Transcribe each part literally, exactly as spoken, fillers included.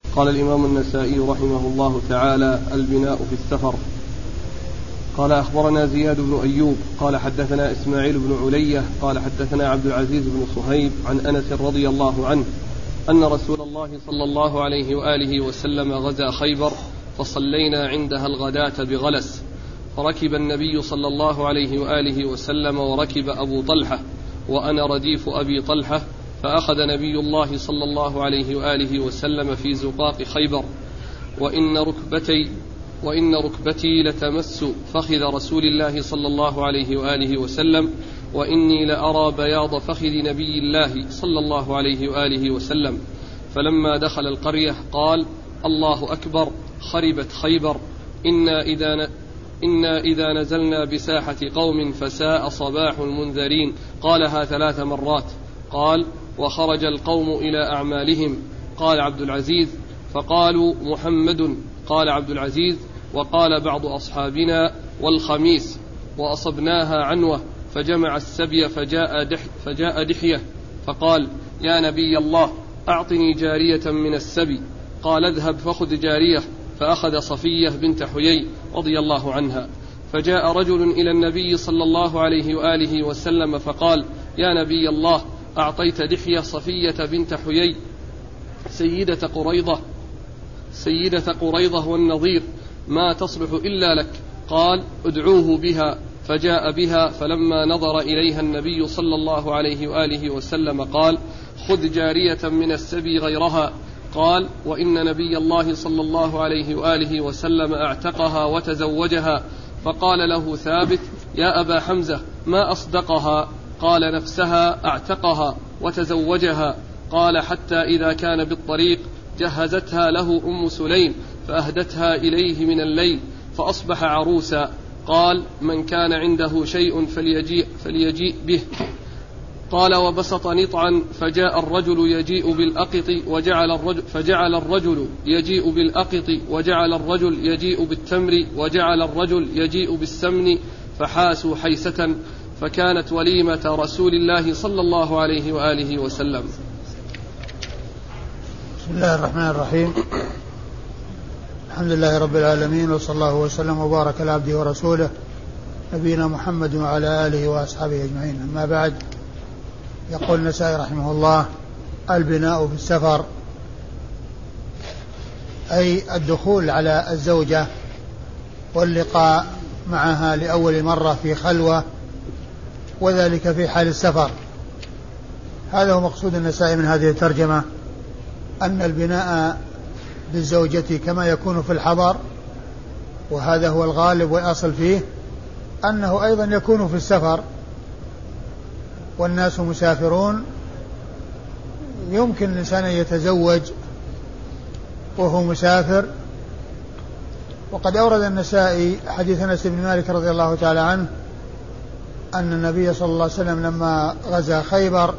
قال الإمام النسائي رحمه الله تعالى: البناء في السفر. قال: أخبرنا زياد بن أيوب قال حدثنا إسماعيل بن علية قال حدثنا عبد العزيز بن صهيب عن أنس رضي الله عنه أن رسول الله صلى الله عليه وآله وسلم غزا خيبر فصلينا عندها الغداة بغلس، فركب النبي صلى الله عليه وآله وسلم وركب أبو طلحة وأنا رديف أبي طلحة، فأخذ نبي الله صلى الله عليه وآله وسلم في زقاق خيبر، وإن ركبتي وإن ركبتي لتمس فخذ رسول الله صلى الله عليه وآله وسلم، وإني لأرى بياض فخذ نبي الله صلى الله عليه وآله وسلم. فلما دخل القرية قال: الله أكبر، خربت خيبر، إنا إذا, ن... إنا إذا نزلنا بساحة قوم فساء صباح المنذرين. قالها ثلاث مرات. قال: وخرج القوم إلى أعمالهم. قال عبد العزيز: فقالوا محمد. قال عبد العزيز: وقال بعض أصحابنا والخميس، وأصبناها عنوة، فجمع السبي فجاء, دح فجاء دحية فقال: يا نبي الله، أعطني جارية من السبي. قال: اذهب فخذ جارية، فأخذ صفية بنت حيي رضي الله عنها. فجاء رجل إلى النبي صلى الله عليه وآله وسلم فقال: يا نبي الله، أعطيت دحية صفية بنت حيي سيدة قريضة سيدة قريضة والنظير، ما تصلح إلا لك. قال: ادعوه بها. فجاء بها، فلما نظر إليها النبي صلى الله عليه وآله وسلم قال: خذ جارية من السبي غيرها. قال: وإن نبي الله صلى الله عليه وآله وسلم اعتقها وتزوجها. فقال له ثابت: يا أبا حمزة، ما أصدقها؟ قال: نفسها اعتقها وتزوجها. قال: حتى إذا كان بالطريق جهزتها له أم سليم فأهدتها إليه من الليل، فأصبح عروسا. قال: من كان عنده شيء فليجيء, فليجيء به. قال: وبسط نطعا، فجاء الرجل يجيء بالأقط وجعل الرجل فجعل الرجل يجيء بالأقط وجعل الرجل يجيء بالتمر وجعل الرجل يجيء بالسمن، فحاسوا حيسة، فكانت وليمة رسول الله صلى الله عليه وآله وسلم. بسم الله الرحمن الرحيم. الحمد لله رب العالمين، وصلى الله وسلم وبارك على عبده ورسوله نبينا محمد وعلى آله وأصحابه أجمعين. أما بعد، يقول النسائي رحمه الله: البناء في السفر، أي الدخول على الزوجة واللقاء معها لأول مرة في خلوة، وذلك في حال السفر. هذا هو مقصود النسائي من هذه الترجمة، أن البناء بالزوجة كما يكون في الحضر، وهذا هو الغالب والأصل فيه، أنه أيضا يكون في السفر، والناس مسافرون، يمكن الإنسان أن يتزوج وهو مسافر. وقد أورد النسائي حديث أنس بن مالك رضي الله تعالى عنه أن النبي صلى الله عليه وسلم لما غزا خيبر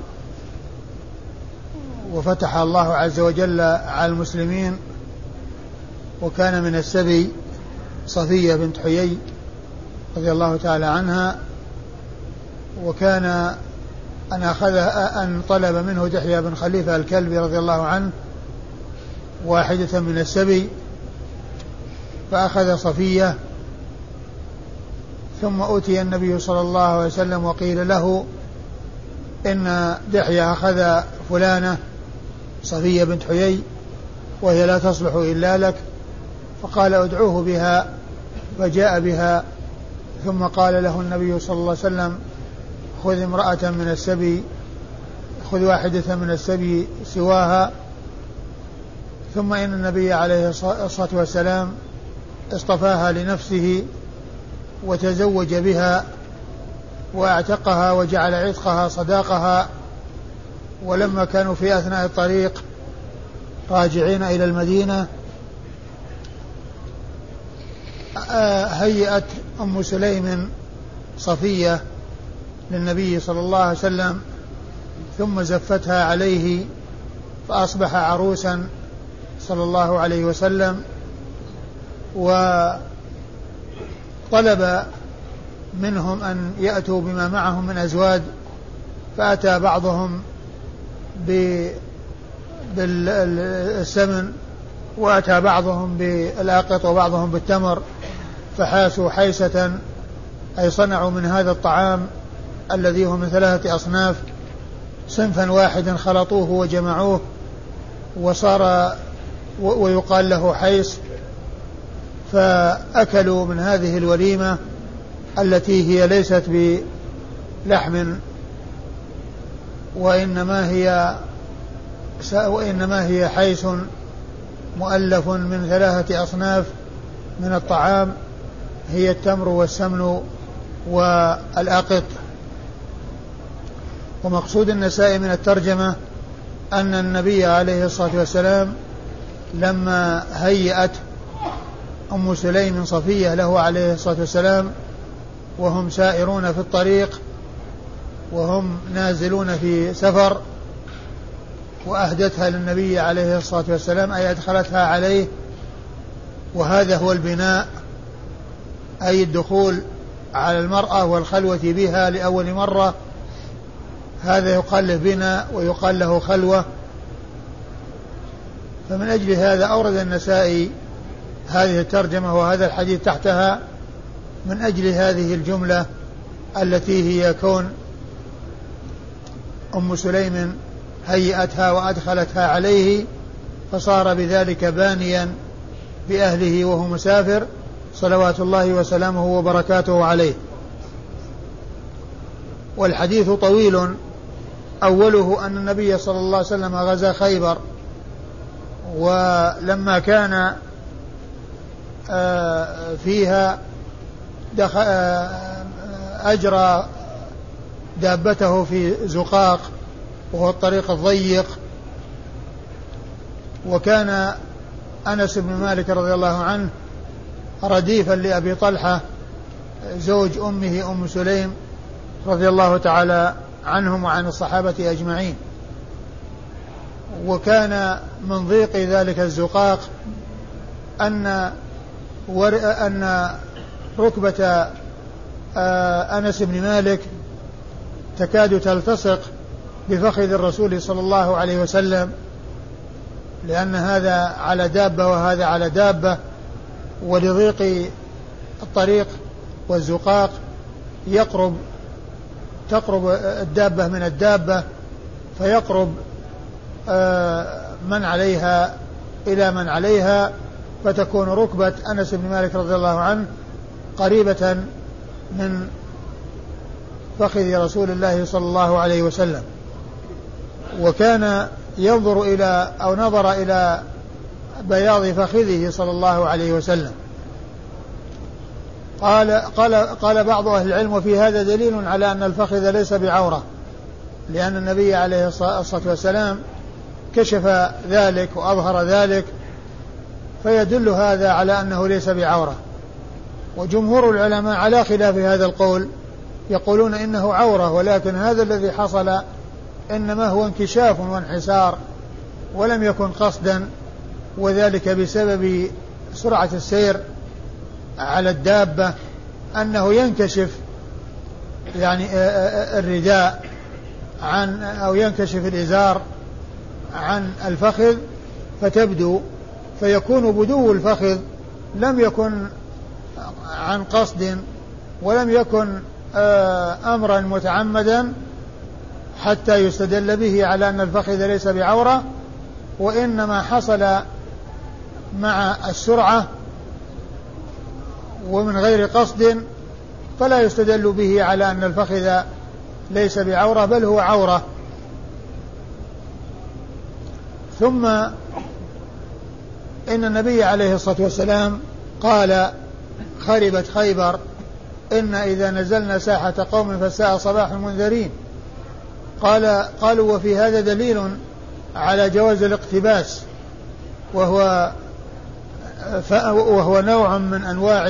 وفتح الله عز وجل على المسلمين، وكان من السبي صفية بنت حيي رضي الله تعالى عنها، وكان أن أخذها أن طلب منه دحية بن خليفة الكلبي رضي الله عنه واحدة من السبي، فأخذ صفية. ثم أتي النبي صلى الله عليه وسلم وقيل له إن دحية أخذ فلانة صفية بنت حيي وهي لا تصلح إلا لك، فقال: ادعوه بها. فجاء بها، ثم قال له النبي صلى الله عليه وسلم: خذ امرأة من السبي، خذ واحدة من السبي سواها. ثم إن النبي عليه الصلاة والسلام اصطفاها لنفسه وتزوج بها واعتقها وجعل عتقها صداقها. ولما كانوا في أثناء الطريق راجعين إلى المدينة، هيئت أم سليم صفية للنبي صلى الله عليه وسلم، ثم زفتها عليه، فأصبح عروسا صلى الله عليه وسلم. وطلب منهم أن يأتوا بما معهم من أزواج، فأتى بعضهم بالسمن وأتى بعضهم بالآقط وبعضهم بالتمر فحاسوا حيسة، أي صنعوا من هذا الطعام الذي هو من ثلاثة أصناف صنفا واحدا خلطوه وجمعوه وصار ويقال له حيس، فأكلوا من هذه الوليمة التي هي ليست بلحم وإنما هي وإنما هي حيس مؤلف من ثلاثة أصناف من الطعام، هي التمر والسمن والآقط. ومقصود النسائي من الترجمة أن النبي عليه الصلاة والسلام لما هيأت أم سليم صفية له عليه الصلاة والسلام وهم سائرون في الطريق وهم نازلون في سفر، وأهدتها للنبي عليه الصلاة والسلام أي أدخلتها عليه، وهذا هو البناء، أي الدخول على المرأة والخلوة بها لأول مرة، هذا يقال له بناء ويقال له خلوة. فمن أجل هذا أورد النسائي هذه الترجمة وهذا الحديث تحتها من أجل هذه الجملة التي هي كون أم سليم هيئتها وأدخلتها عليه فصار بذلك بانيا بأهله وهو مسافر صلوات الله وسلامه وبركاته عليه. والحديث طويل، أوله أن النبي صلى الله عليه وسلم غزا خيبر، ولما كان فيها أجرى دابته في زقاق وهو الطريق الضيق، وكان أنس بن مالك رضي الله عنه رديفا لأبي طلحة زوج أمه أم سليم رضي الله تعالى عنهم وعن الصحابة أجمعين. وكان من ضيق ذلك الزقاق أن ور... أن ركبة أنس بن مالك تكاد تلتصق بفخذ الرسول صلى الله عليه وسلم، لأن هذا على دابة وهذا على دابة، ولضيق الطريق والزقاق يقرب تقرب الدابة من الدابة، فيقرب من عليها إلى من عليها، فتكون ركبة أنس بن مالك رضي الله عنه قريبة من فخذ رسول الله صلى الله عليه وسلم. وكان ينظر إلى أو نظر إلى بياض فخذه صلى الله عليه وسلم. قال, قال, قال بعض أهل العلم وفي هذا دليل على أن الفخذ ليس بعورة، لأن النبي عليه الصلاة والسلام كشف ذلك وأظهر ذلك، فيدل هذا على أنه ليس بعورة. وجمهور العلماء على خلاف هذا القول، يقولون إنه عورة، ولكن هذا الذي حصل إنما هو انكشاف وانحسار ولم يكن قصدا، وذلك بسبب سرعة السير على الدابة، أنه ينكشف يعني الرداء عن أو ينكشف الإزار عن الفخذ فتبدو، فيكون بدو الفخذ لم يكن عن قصد ولم يكن أمرا متعمدا حتى يستدل به على أن الفخذ ليس بعورة، وإنما حصل مع السرعة ومن غير قصد، فلا يستدل به على أن الفخذ ليس بعورة بل هو عورة. ثم إن النبي عليه الصلاة والسلام قال خربت خيبر إن إذا نزلنا ساحة قوم فساء صباح المنذرين. قال قالوا وفي هذا دليل على جواز الاقتباس، وهو وهو نوع من أنواع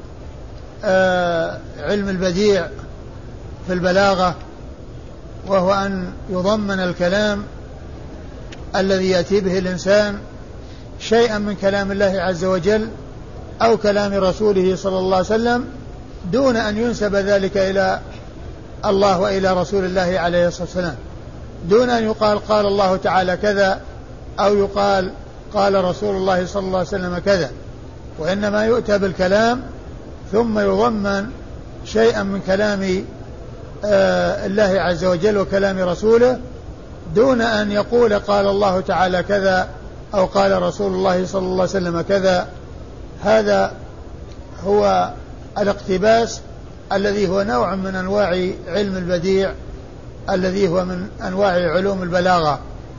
علم البديع في البلاغة، وهو أن يضمن الكلام الذي يأتي به الإنسان شيئا من كلام الله عز وجل أو كلام رسوله صلى الله عليه وسلم دون أن ينسب ذلك إلى الله وإلى رسول الله عليه الصلاة والسلام، دون أن يقال قال الله تعالى كذا أو يقال قال رسول الله صلى الله عليه وسلم كذا، وإنما يؤتى بالكلام ثم يضمن شيئا من كلام آه الله عز وجل وكلام رسوله، دون أن يقول قال الله تعالى كذا أو قال رسول الله صلى الله عليه وسلم كذا. هذا هو الاقتباس الذي هو نوع من أنواع علم البديع، الذي هو من أنواع علوم البلاغة،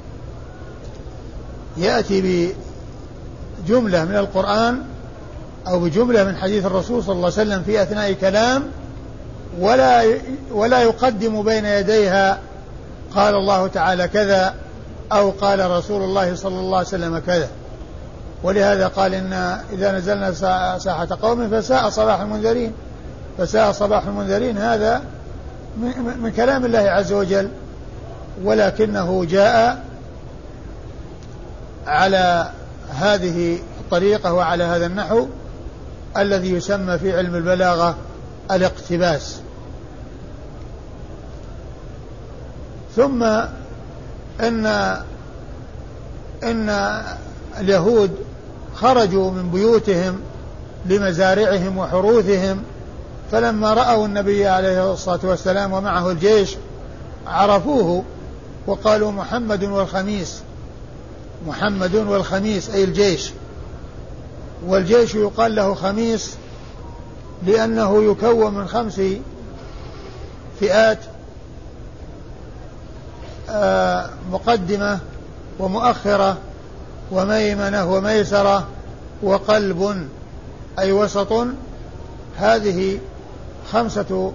يأتي بجملة من القرآن أو بجملة من حديث الرسول صلى الله عليه وسلم في أثناء كلام، ولا ولا يقدم بين يديها قال الله تعالى كذا أو قال رسول الله صلى الله عليه وسلم كذا. ولهذا قال إن إذا نزلنا ساحة قوم فساء صباح المنذرين، فساء صباح المنذرين هذا من كلام الله عز وجل، ولكنه جاء على هذه الطريقة وعلى هذا النحو الذي يسمى في علم البلاغة الاقتباس. ثم إن إن اليهود خرجوا من بيوتهم لمزارعهم وحروثهم، فلما رأوا النبي عليه الصلاة والسلام ومعه الجيش عرفوه وقالوا محمد والخميس، محمد والخميس أي الجيش. والجيش يقال له خميس لأنه يكون من خمس فئات، مقدمة ومؤخرة وميمنة وميسرة وقلب أي وسط. هذه خمسة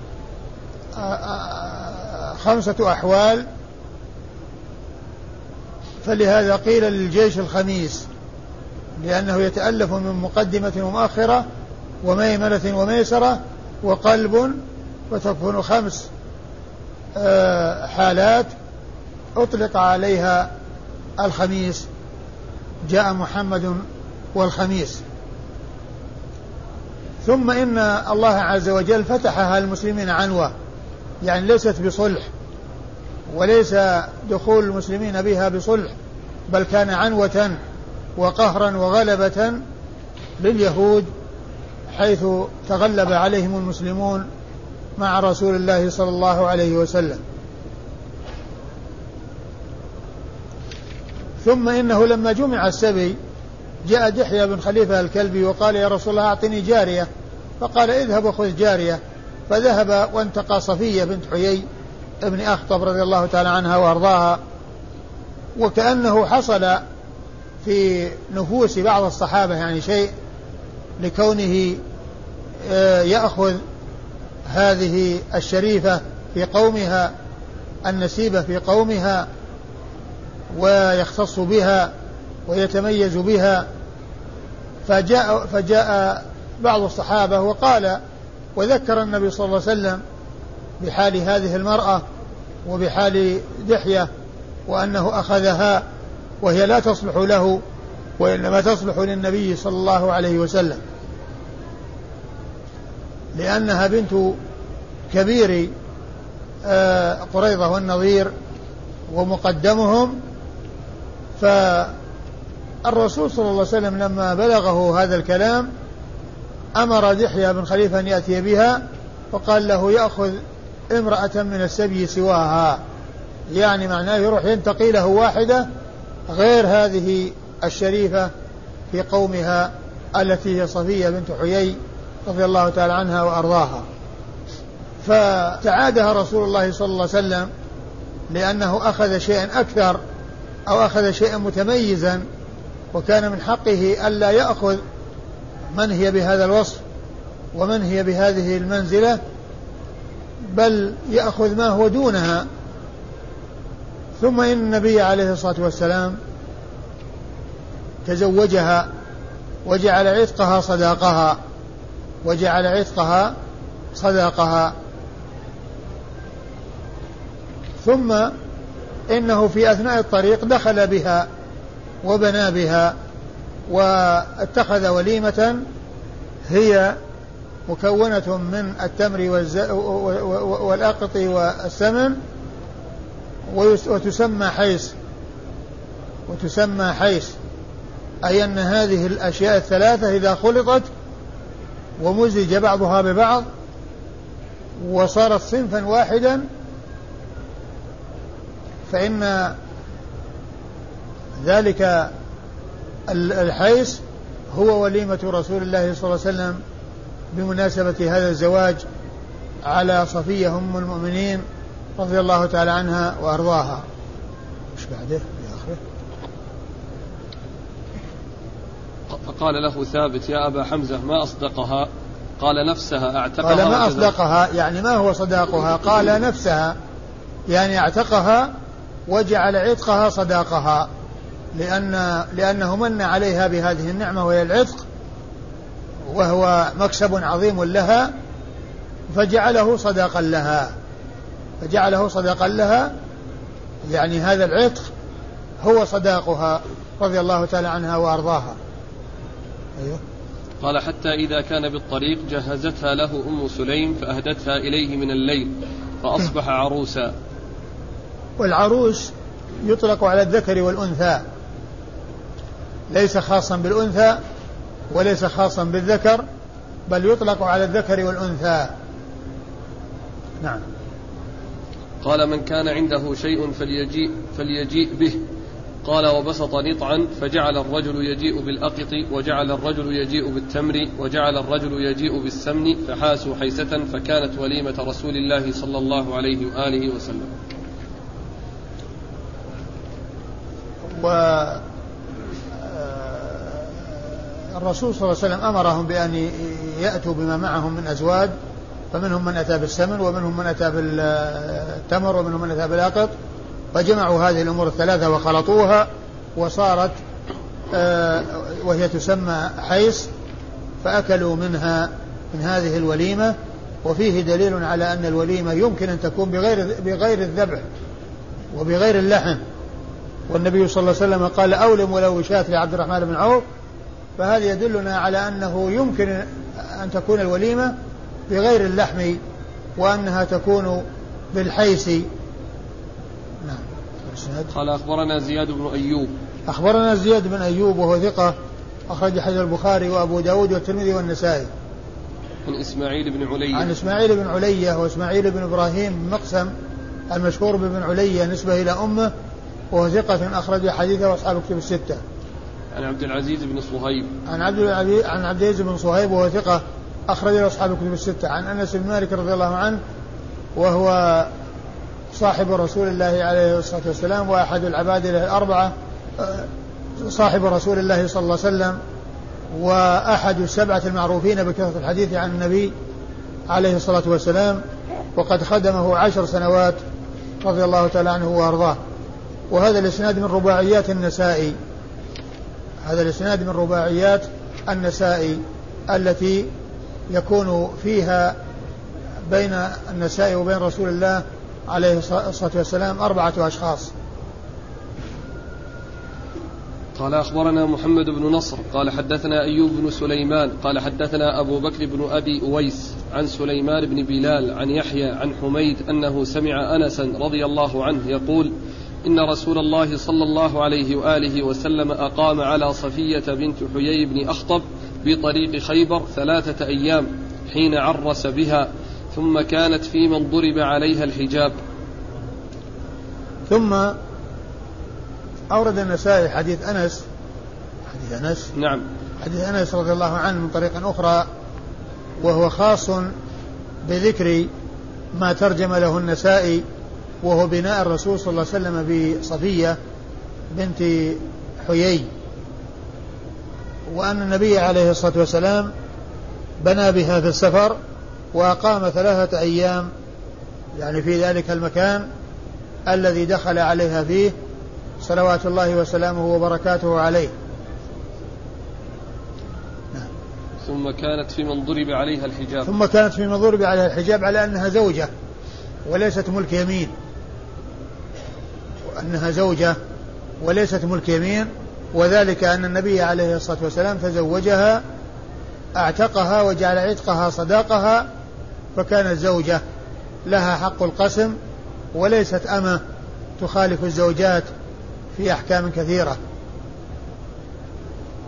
خمسة أحوال، فلهذا قيل للجيش الخميس، لأنه يتألف من مقدمة ومؤخرة وميمنة وميسرة وقلب، وتكون خمس حالات أطلق عليها الخميس. جاء محمد والخميس. ثم إن الله عز وجل فتحها المسلمين عنوة، يعني ليست بصلح، وليس دخول المسلمين بها بصلح، بل كان عنوة وقهرا وغلبة لليهود، حيث تغلب عليهم المسلمون مع رسول الله صلى الله عليه وسلم. ثم إنه لما جمع السبي جاء دحية بن خليفة الكلبي وقال يا رسول الله أعطني جارية، فقال اذهب وخذ جارية، فذهب وانتقى صفية بنت حيي ابن أخطب رضي الله تعالى عنها وأرضاها. وكأنه حصل في نفوس بعض الصحابة يعني شيء لكونه يأخذ هذه الشريفة في قومها، النسيبة في قومها، ويختص بها ويتميز بها. فجاء, فجاء بعض الصحابة وقال وذكر النبي صلى الله عليه وسلم بحال هذه المرأة وبحال دحية، وأنه أخذها وهي لا تصلح له وإنما تصلح للنبي صلى الله عليه وسلم، لأنها بنت كبير قريظة والنظير ومقدمهم. فالرسول صلى الله عليه وسلم لما بلغه هذا الكلام أمر دحية بن خليفة أن يأتي بها، وقال له يأخذ امرأة من السبي سواها، يعني معناه يروح ينتقي له واحدة غير هذه الشريفة في قومها التي هي صفية بنت حيي رضي الله تعالى عنها وأرضاها. فتعادها رسول الله صلى الله عليه وسلم لأنه أخذ شيئا أكثر أو أخذ شيئا متميزا، وكان من حقه ألا يأخذ من هي بهذا الوصف ومن هي بهذه المنزلة، بل يأخذ ما هو دونها. ثم إن النبي عليه الصلاة والسلام تزوجها وجعل عتقها صداقها وجعل عتقها صداقها. ثم إنه في أثناء الطريق دخل بها وبنى بها واتخذ وليمة هي مكونة من التمر والأقط والسمن، وتسمى حيس وتسمى حيس أي أن هذه الأشياء الثلاثة إذا خلطت ومزج بعضها ببعض وصارت صنفا واحدا فإن ذلك الحيث هو وليمة رسول الله صلى الله عليه وسلم بمناسبة هذا الزواج على صفية أم المؤمنين رضي الله تعالى عنها وأرضاها. إيش بعده في آخره؟ فقال له ثابت يا أبا حمزة ما أصدقها؟ قال نفسها أعتقها. قال ما أصدقها يعني ما هو صداقها؟ قال نفسها يعني اعتقها وجعل عتقها صداقها، لأن لأنه من عليها بهذه النعمة وهي العتق وهو مكسب عظيم لها فجعله صداقا لها فجعله صداقا لها يعني هذا العتق هو صداقها رضي الله تعالى عنها وأرضاها. أيوه. قال حتى إذا كان بالطريق جهزتها له أم سليم فأهدتها إليه من الليل فأصبح عروسا. والعروس يطلق على الذكر والأنثى ليس خاصا بالأنثى وليس خاصا بالذكر بل يطلق على الذكر والأنثى. نعم. قال من كان عنده شيء فليجيء, فليجيء به. قال وبسط نطعا فجعل الرجل يجيء بالأقط وجعل الرجل يجيء بالتمر وجعل الرجل يجيء بالسمن فحاسوا حيسة فكانت وليمة رسول الله صلى الله عليه وآله وسلم. والرسول صلى الله عليه وسلم أمرهم بأن يأتوا بما معهم من أزواج فمنهم من أتى بالسمن ومنهم من أتى بالتمر ومنهم من أتى بالأقط فجمعوا هذه الأمور الثلاثة وخلطوها وصارت وهي تسمى حيس فأكلوا منها من هذه الوليمة. وفيه دليل على أن الوليمة يمكن أن تكون بغير, بغير الذبح وبغير اللحم والنبي صلى الله عليه وسلم قال أولم ولو شاة لعبد الرحمن بن عوف فهذا يدلنا على أنه يمكن أن تكون الوليمة بغير اللحم وأنها تكون بالحيس. نعم. قال أخبرنا زياد بن أيوب. أخبرنا زياد بن أيوب وهو ثقة أخرج حديث البخاري وأبو داود والترمذي والنسائي. عن إسماعيل بن علية. عن إسماعيل بن علية وإسماعيل بن إبراهيم بن مقسم المشهور بن علية نسبة إلى أمه وهو ثقة أخرج حديثه وأصحاب كتب الستة. عن عبد العزيز بن صهيب. عن عبد العزيز عن عبد العزيز بن صهيب وهو ثقة أخرج أصحاب الكتب الستة. عن أنس بن مالك رضي الله عنه وهو صاحب رسول الله عليه الصلاة والسلام وأحد العباد الأربعة صاحب رسول الله صلى الله عليه وسلم وأحد السبعة المعروفين بكثرة الحديث عن النبي عليه الصلاة والسلام وقد خدمه عشر سنوات رضي الله تعالى عنه وأرضاه. وهذا الإسناد من رباعيات النسائي هذا الإسناد من رباعيات النسائي التي يكون فيها بين النسائي وبين رسول الله عليه الصلاة والسلام أربعة أشخاص. قال أخبرنا محمد بن نصر قال حدثنا أيوب بن سليمان قال حدثنا أبو بكر بن أبي أويس عن سليمان بن بلال عن يحيى عن حميد أنه سمع أنسا رضي الله عنه يقول إن رسول الله صلى الله عليه وآله وسلم أقام على صفية بنت حيي بن أخطب بطريق خيبر ثلاثة أيام حين عرس بها ثم كانت في من ضرب عليها الحجاب. ثم أورد النسائي حديث أنس حديث أنس نعم حديث أنس رضي الله عنه من طريق أخرى وهو خاص بذكر ما ترجم له النسائي وهو بناء الرسول صلى الله عليه وسلم بصفية بنت حيي وأن النبي عليه الصلاة والسلام بنى بها في السفر وأقام ثلاثة أيام يعني في ذلك المكان الذي دخل عليها فيه صلوات الله وسلامه وبركاته عليه. نعم. ثم كانت في من ضرب عليها الحجاب ثم كانت في من ضرب عليها الحجاب على أنها زوجة وليست ملك يمين وأنها زوجة وليست ملك يمين وذلك أن النبي عليه الصلاة والسلام تزوجها اعتقها وجعل عتقها صداقها فكانت زوجة لها حق القسم وليست أمة تخالف الزوجات في أحكام كثيرة.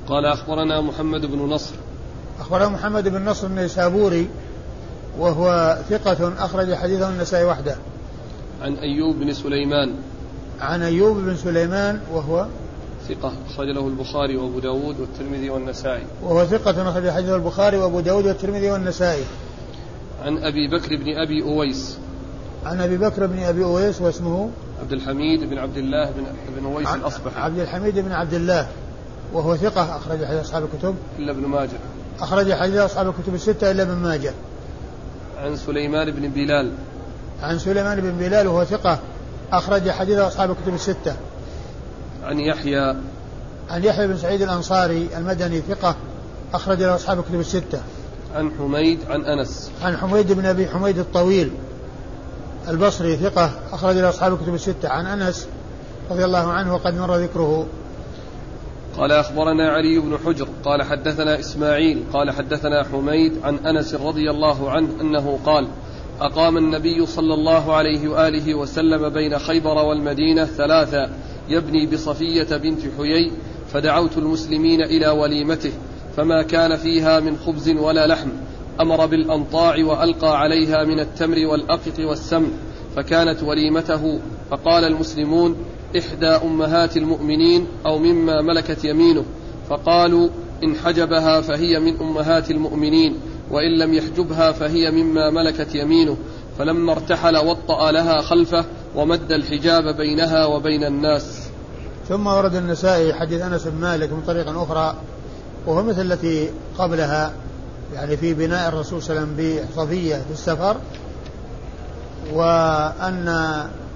قال أخبرنا محمد بن نصر. أخبرنا محمد بن نصر النيسابوري وهو ثقة أخرج حديثه النسائي وحده. عن أيوب بن سليمان. عن أيوب بن سليمان وهو ثقة أخرج له البخاري وأبو داود والترمذي والنسائي. وهو ثقة أخرج حديثه البخاري وأبو داود والترمذي والنسائي. عن أبي بكر بن أبي أويس. عن أبي بكر بن أبي أويس واسمه عبد الحميد بن عبد الله بن, بن أويس الأصبحي. عبد الحميد بن عبد الله وهو ثقة أخرج حديث أصحاب الكتب إلا ابن ماجه. أخرج حديث أصحاب الكتب الستة إلا ابن ماجه. عن سليمان بن بلال. عن سليمان بن بلال وهو ثقة أخرج حديث أصحاب الكتب الستة. عن يحيى. عن يحيى بن سعيد الأنصاري المدني ثقة أخرج له أصحاب الكتب الستة. عن حميد عن أنس. عن حميد بن أبي حميد الطويل البصري ثقة أخرج له أصحاب الكتب الستة. عن أنس رضي الله عنه وقد مر ذكره. قال أخبرنا علي بن حجر قال حدثنا إسماعيل قال حدثنا حميد عن أنس رضي الله عنه أنه قال أقام النبي صلى الله عليه وآله وسلم بين خيبر والمدينة ثلاثا يبني بصفية بنت حيي، فدعوت المسلمين إلى وليمته فما كان فيها من خبز ولا لحم، أمر بالأنطاع وألقى عليها من التمر والأقط والسمن، فكانت وليمته. فقال المسلمون إحدى أمهات المؤمنين أو مما ملكت يمينه، فقالوا إن حجبها فهي من أمهات المؤمنين، وإن لم يحجبها فهي مما ملكت يمينه. فلما ارتحل وطأ لها خلفه ومد الحجاب بينها وبين الناس. ثم ورد النسائي حديث أنس بن مالك من طريق أخرى وهو مثل التي قبلها، يعني في بناء الرسول صلى الله عليه وسلم بصفية في السفر، وأن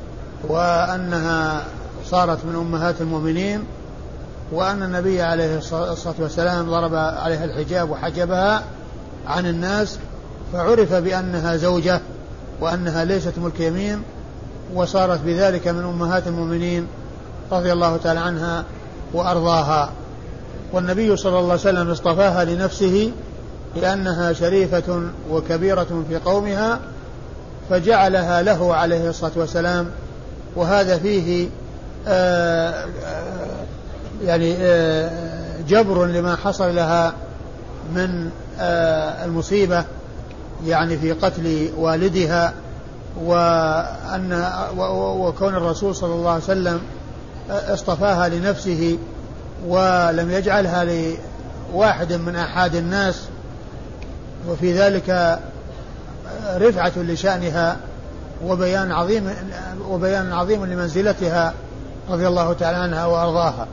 وأنها صارت من أمهات المؤمنين، وأن النبي عليه الصلاة والسلام ضرب عليها الحجاب وحجبها عن الناس، فعرف بأنها زوجة وأنها ليست ملك يمين، وصارت بذلك من أمهات المؤمنين رضي الله تعالى عنها وأرضاها. والنبي صلى الله عليه وسلم اصطفاها لنفسه لأنها شريفة وكبيرة في قومها، فجعلها له عليه الصلاة والسلام. وهذا فيه آآ آآ يعني آآ جبر لما حصل لها من المصيبة، يعني في قتل والدها، وأن وكون الرسول صلى الله عليه وسلم اصطفاها لنفسه ولم يجعلها لواحد من أحد الناس، وفي ذلك رفعة لشأنها وبيان عظيم وبيان عظيم لمنزلتها رضي الله تعالى عنها وأرضاها.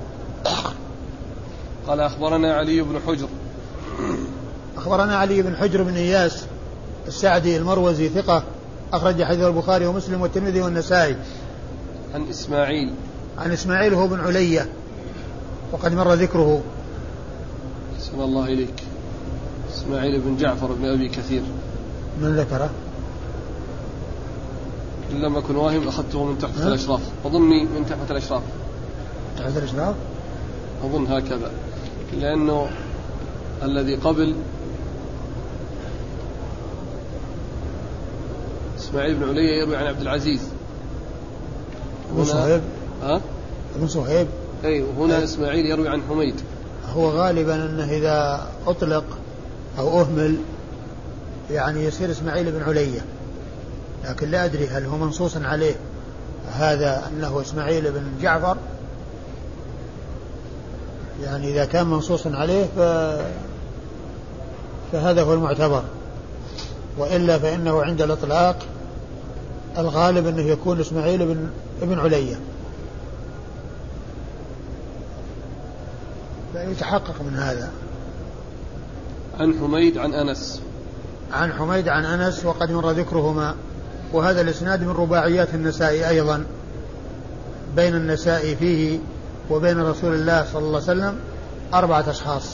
قال أخبرنا علي بن حجر. أخبرنا علي بن حجر بن إياس السعدي المروزي ثقة أخرج حديث البخاري ومسلم والترمذي والنسائي. عن إسماعيل. عن إسماعيل هو بن علية وقد مر ذكره. بسم الله إليك. إسماعيل بن جعفر بن أبي كثير. من ذكره؟ إن لم أكن واهم أخذته من تحت الأشراف، أظني من تحت الأشراف. تحت الأشراف؟ أظن هكذا، لأنه الذي قبل إسماعيل بن علية يروي عن عبد العزيز. ابن صهيب. ها؟ ابن صهيب. أي وهنا إسماعيل يروي عن حميد. هو غالبا أنه إذا أطلق أو أهمل يعني يصير إسماعيل بن علية، لكن لا أدري هل هو منصوص عليه هذا أنه إسماعيل بن جعفر، يعني إذا كان منصوصا عليه ف... فهذا هو المعتبر، وإلا فإنه عند الإطلاق الغالب أنه يكون إسماعيل بن ابن علية، فيتحقق من هذا. عن حميد عن أنس. عن حميد عن أنس وقد مر ذكرهما. وهذا الإسناد من رباعيات النسائي أيضا، بين النسائي فيه وبين رسول الله صلى الله عليه وسلم أربعة أشخاص.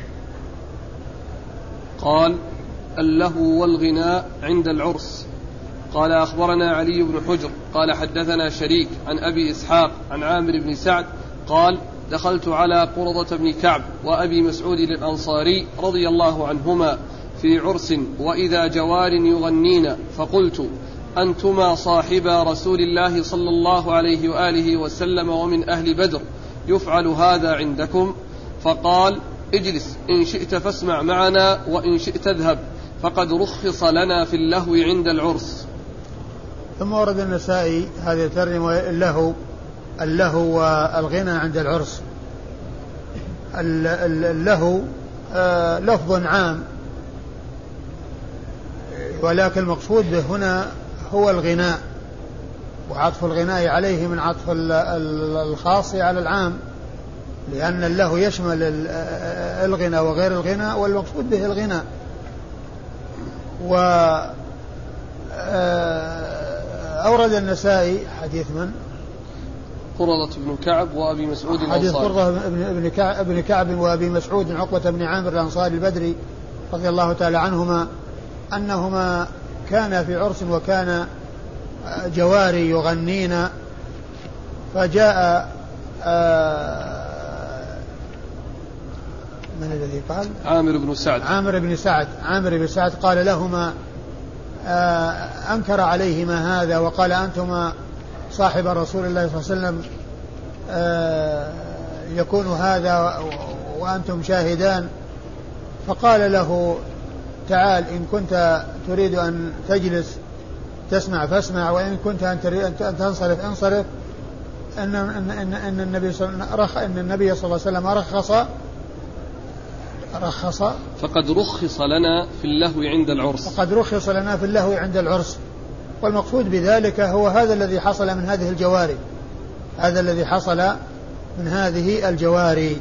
قال اللهو والغناء عند العرس. قال أخبرنا علي بن حجر قال حدثنا شريك عن أبي إسحاق عن عامر بن سعد قال دخلت على قرظة بن كعب وأبي مسعود الأنصاري رضي الله عنهما في عرس وإذا جوار يغنين، فقلت أنتما صاحبا رسول الله صلى الله عليه وآله وسلم ومن أهل بدر، يفعل هذا عندكم؟ فقال اجلس إن شئت فاسمع معنا وإن شئت اذهب فقد رخص لنا في اللهو عند العرس. ثم ورد النسائي هذه الترجمة اللهو اللهو والغنى عند العرس. اللهو آه لفظ عام، ولكن المقصود به هنا هو الغناء، وعطف الغناء عليه من عطف الخاص على العام، لأن اللهو يشمل الغنى وغير الغنى، والمقصود به الغناء. وأورد النسائي حديث من؟ قرظة بن كعب وأبي مسعود الأنصاري. حديث قرظة بن كعب وأبي مسعود عقبة بن عامر الأنصاري البدري رضي الله تعالى عنهما أنهما كان في عرس وكان جواري يغنين، فجاء من الذي قال؟ عامر بن سعد. عامر بن سعد عامر بن سعد قال لهما أنكر عليهما هذا وقال أنتما صاحب رسول الله صلى الله عليه وسلم يكون هذا وأنتم شاهدان، فقال له تعال إن كنت تريد أن تجلس تسمع فاسمع، وإن كنت أن تنصرف انصرف. إن, إن, إن, إن, النبي صلى إن النبي صلى الله عليه وسلم رخص رخص فقد رخص لنا في اللهو عند العرس فقد رخص لنا في اللهو عند العرس. والمقصود بذلك هو هذا الذي حصل من هذه الجواري هذا الذي حصل من هذه الجواري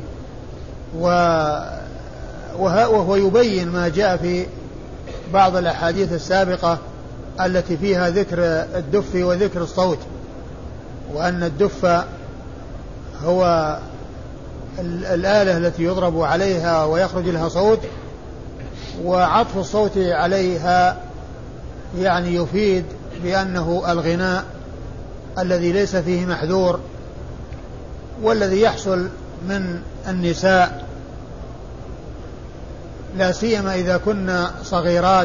وهو يبين ما جاء في بعض الأحاديث السابقة التي فيها ذكر الدف وذكر الصوت، وأن الدف هو الآلة التي يضرب عليها ويخرج لها صوت، وعطف الصوت عليها يعني يفيد بأنه الغناء الذي ليس فيه محذور، والذي يحصل من النساء لا سيما إذا كنا صغيرات،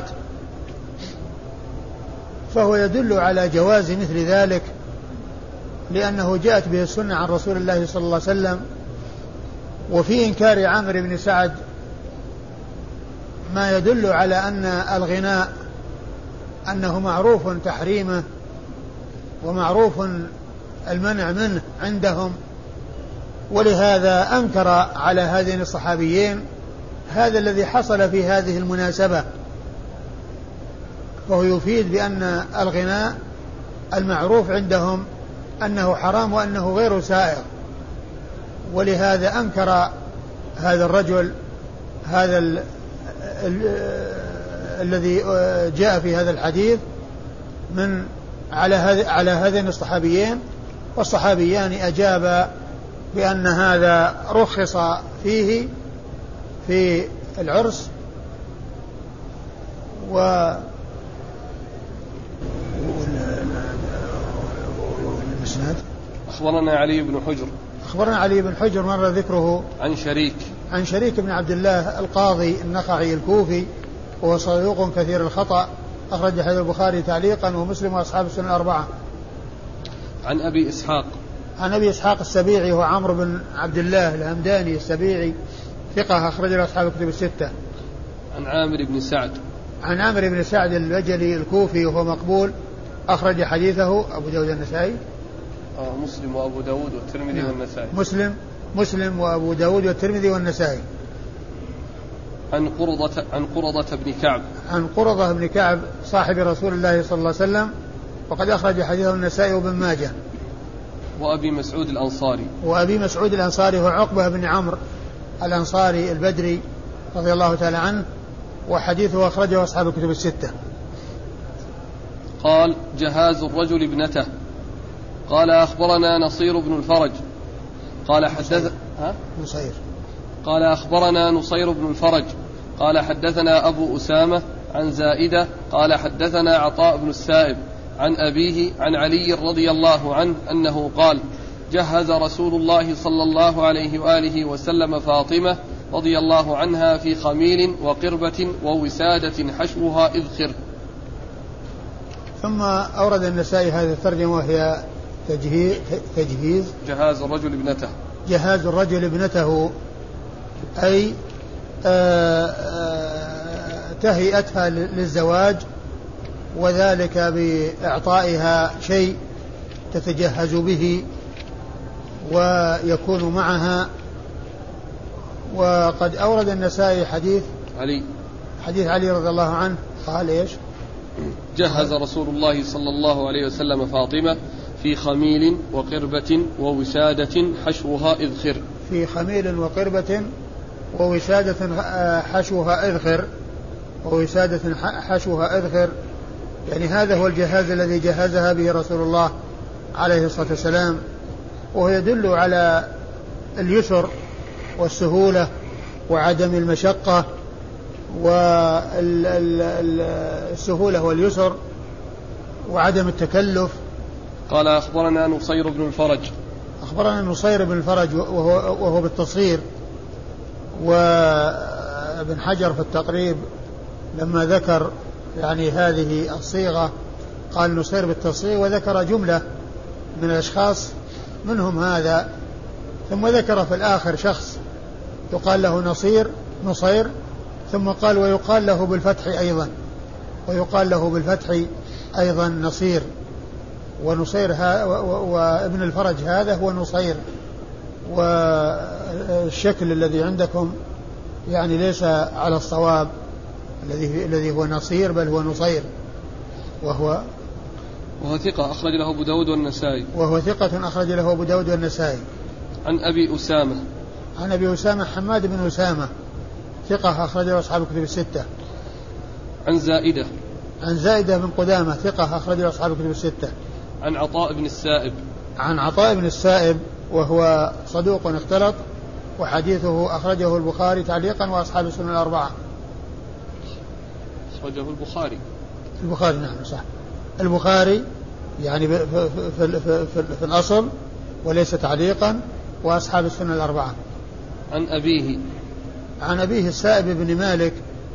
فهو يدل على جواز مثل ذلك، لأنه جاءت به السنة عن رسول الله صلى الله عليه وسلم. وفي إنكار عامر بن سعد ما يدل على أن الغناء أنه معروف تحريمه ومعروف المنع منه عندهم، ولهذا أنكر على هذين الصحابيين هذا الذي حصل في هذه المناسبة، وهو يفيد بأن الغناء المعروف عندهم أنه حرام وأنه غير سائغ، ولهذا أنكر هذا الرجل هذا ال ال الذي جاء في هذا الحديث من على هذ على هذين الصحابيين، والصحابيان أجابا بأن هذا رخص فيه في العرس. و والمسند أخبرنا علي بن حجر أخبرنا علي بن حجر مر ذكره عن شريك عن شريك بن عبد الله القاضي النخعي الكوفي، وهو صدوق كثير الخطأ، أخرج حديث البخاري تعليقا ومسلم وأصحاب السنن الأربعة. عن أبي إسحاق عن أبي إسحاق السبيعي هو عمرو بن عبد الله الهمداني السبيعي ثقة، أخرج له أصحاب الكتب الستة. عن عامر بن سعد عن عامر بن سعد البجلي الكوفي وهو مقبول، أخرج حديثه أبو داود النسائي آه مسلم وأبو داود والترمذي نعم. والنسائي مسلم مسلم وأبو داود والترمذي والنسائي. عن قرظة عن قرظة بن كعب عن قرظة بن كعب صاحب رسول الله صلى الله عليه وسلم، وقد أخرج حديثه النسائي وابن ماجه. وأبي مسعود الأنصاري وأبي مسعود الأنصاري هو عقبة بن عمرو الأنصاري البدري رضي الله تعالى عنه، وحديثه أخرجه أصحاب الكتب الستة. قال جهاز الرجل ابنته. قال أخبرنا نصير بن الفرج قال حدث ها؟ نصير قال أخبرنا نصير بن الفرج قال حدثنا أبو أسامة عن زائدة قال حدثنا عطاء بن السائب عن أبيه عن علي رضي الله عنه أنه قال جهز رسول الله صلى الله عليه وآله وسلم فاطمة رضي الله عنها في خميل وقربة ووسادة حشوها إذخر. ثم أورد النسائي هذه الترجمة وهي تجهيز, تجهيز جهاز الرجل ابنته جهاز الرجل ابنته، أي تهيئتها للزواج، وذلك بإعطائها شيء تتجهز به ويكون معها. وقد أورد النسائي حديث علي حديث علي رضي الله عنه قال إيش؟ جهز رسول الله صلى الله عليه وسلم فاطمة في خميل وقربة ووسادة حشوها إذخر. في خميل وقربة ووسادة حشوها إذخر ووسادة حشوها إذخر، يعني هذا هو الجهاز الذي جهزها به رسول الله عليه الصلاة والسلام، وهو يدل على اليسر والسهولة وعدم المشقة، والسهولة واليسر وعدم التكلف. قال أخبرنا نصير بن الفرج أخبرنا نصير بن الفرج وهو, وهو بالتصغير، وابن حجر في التقريب لما ذكر يعني هذه الصيغة قال نصير بالتصغير، وذكر جملة من الأشخاص منهم هذا، ثم ذكر في الآخر شخص يقال له نصير نصير، ثم قال ويقال له بالفتح أيضا ويقال له بالفتح أيضا نصير. ونصير ها وابن الفرج هذا هو نصير، والشكل الذي عندكم يعني ليس على الصواب، الذي الذي هو نصير بل هو نصير، وهو وهو ثقة أخرج له أبو داود والنسائي وهو ثقة أخرج له أبو داود والنسائي. عن أبي أسامة عن أبي أسامة حماد بن أسامة ثقة أخرج له أصحاب الكتب الستة. عن زائدة عن زائدة بن قدامة ثقة أخرج له أصحاب الكتب الستة. عن عطاء بن السائب عن عطاء بن السائب وهو صدوق اختلط، وحديثه أخرجه البخاري تعليقا وأصحاب السنن الأربعة. أخرجه البخاري البخاري نعم صح، البخاري يعني في, في, في, في, في, في الأصل وليس تعليقا، وأصحاب السنن الأربعة. عن أبيه عن أبيه السائب بن مالك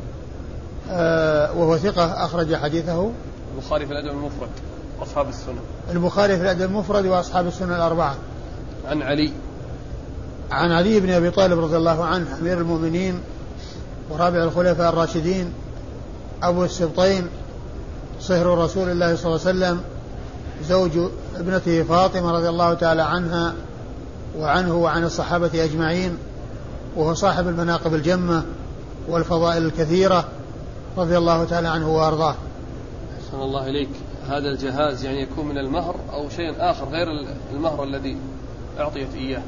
آه وهو ثقة أخرج حديثه البخاري في الأدب المفرد وأصحاب السنن البخاري في الأدب المفرد وأصحاب السنن الأربعة. عن علي عن علي بن أبي طالب رضي الله عنه أمير المؤمنين ورابع الخلفاء الراشدين أبو السبطين صهر رسول الله صلى الله عليه وسلم، زوج ابنته فاطمة رضي الله تعالى عنها وعنه وعن الصحابة أجمعين، وهو صاحب المناقب الجمة والفضائل الكثيرة رضي الله تعالى عنه وأرضاه. أحسن الله إليك. هذا الجهاز يعني يكون من المهر أو شيء آخر غير المهر الذي أعطيت إياه؟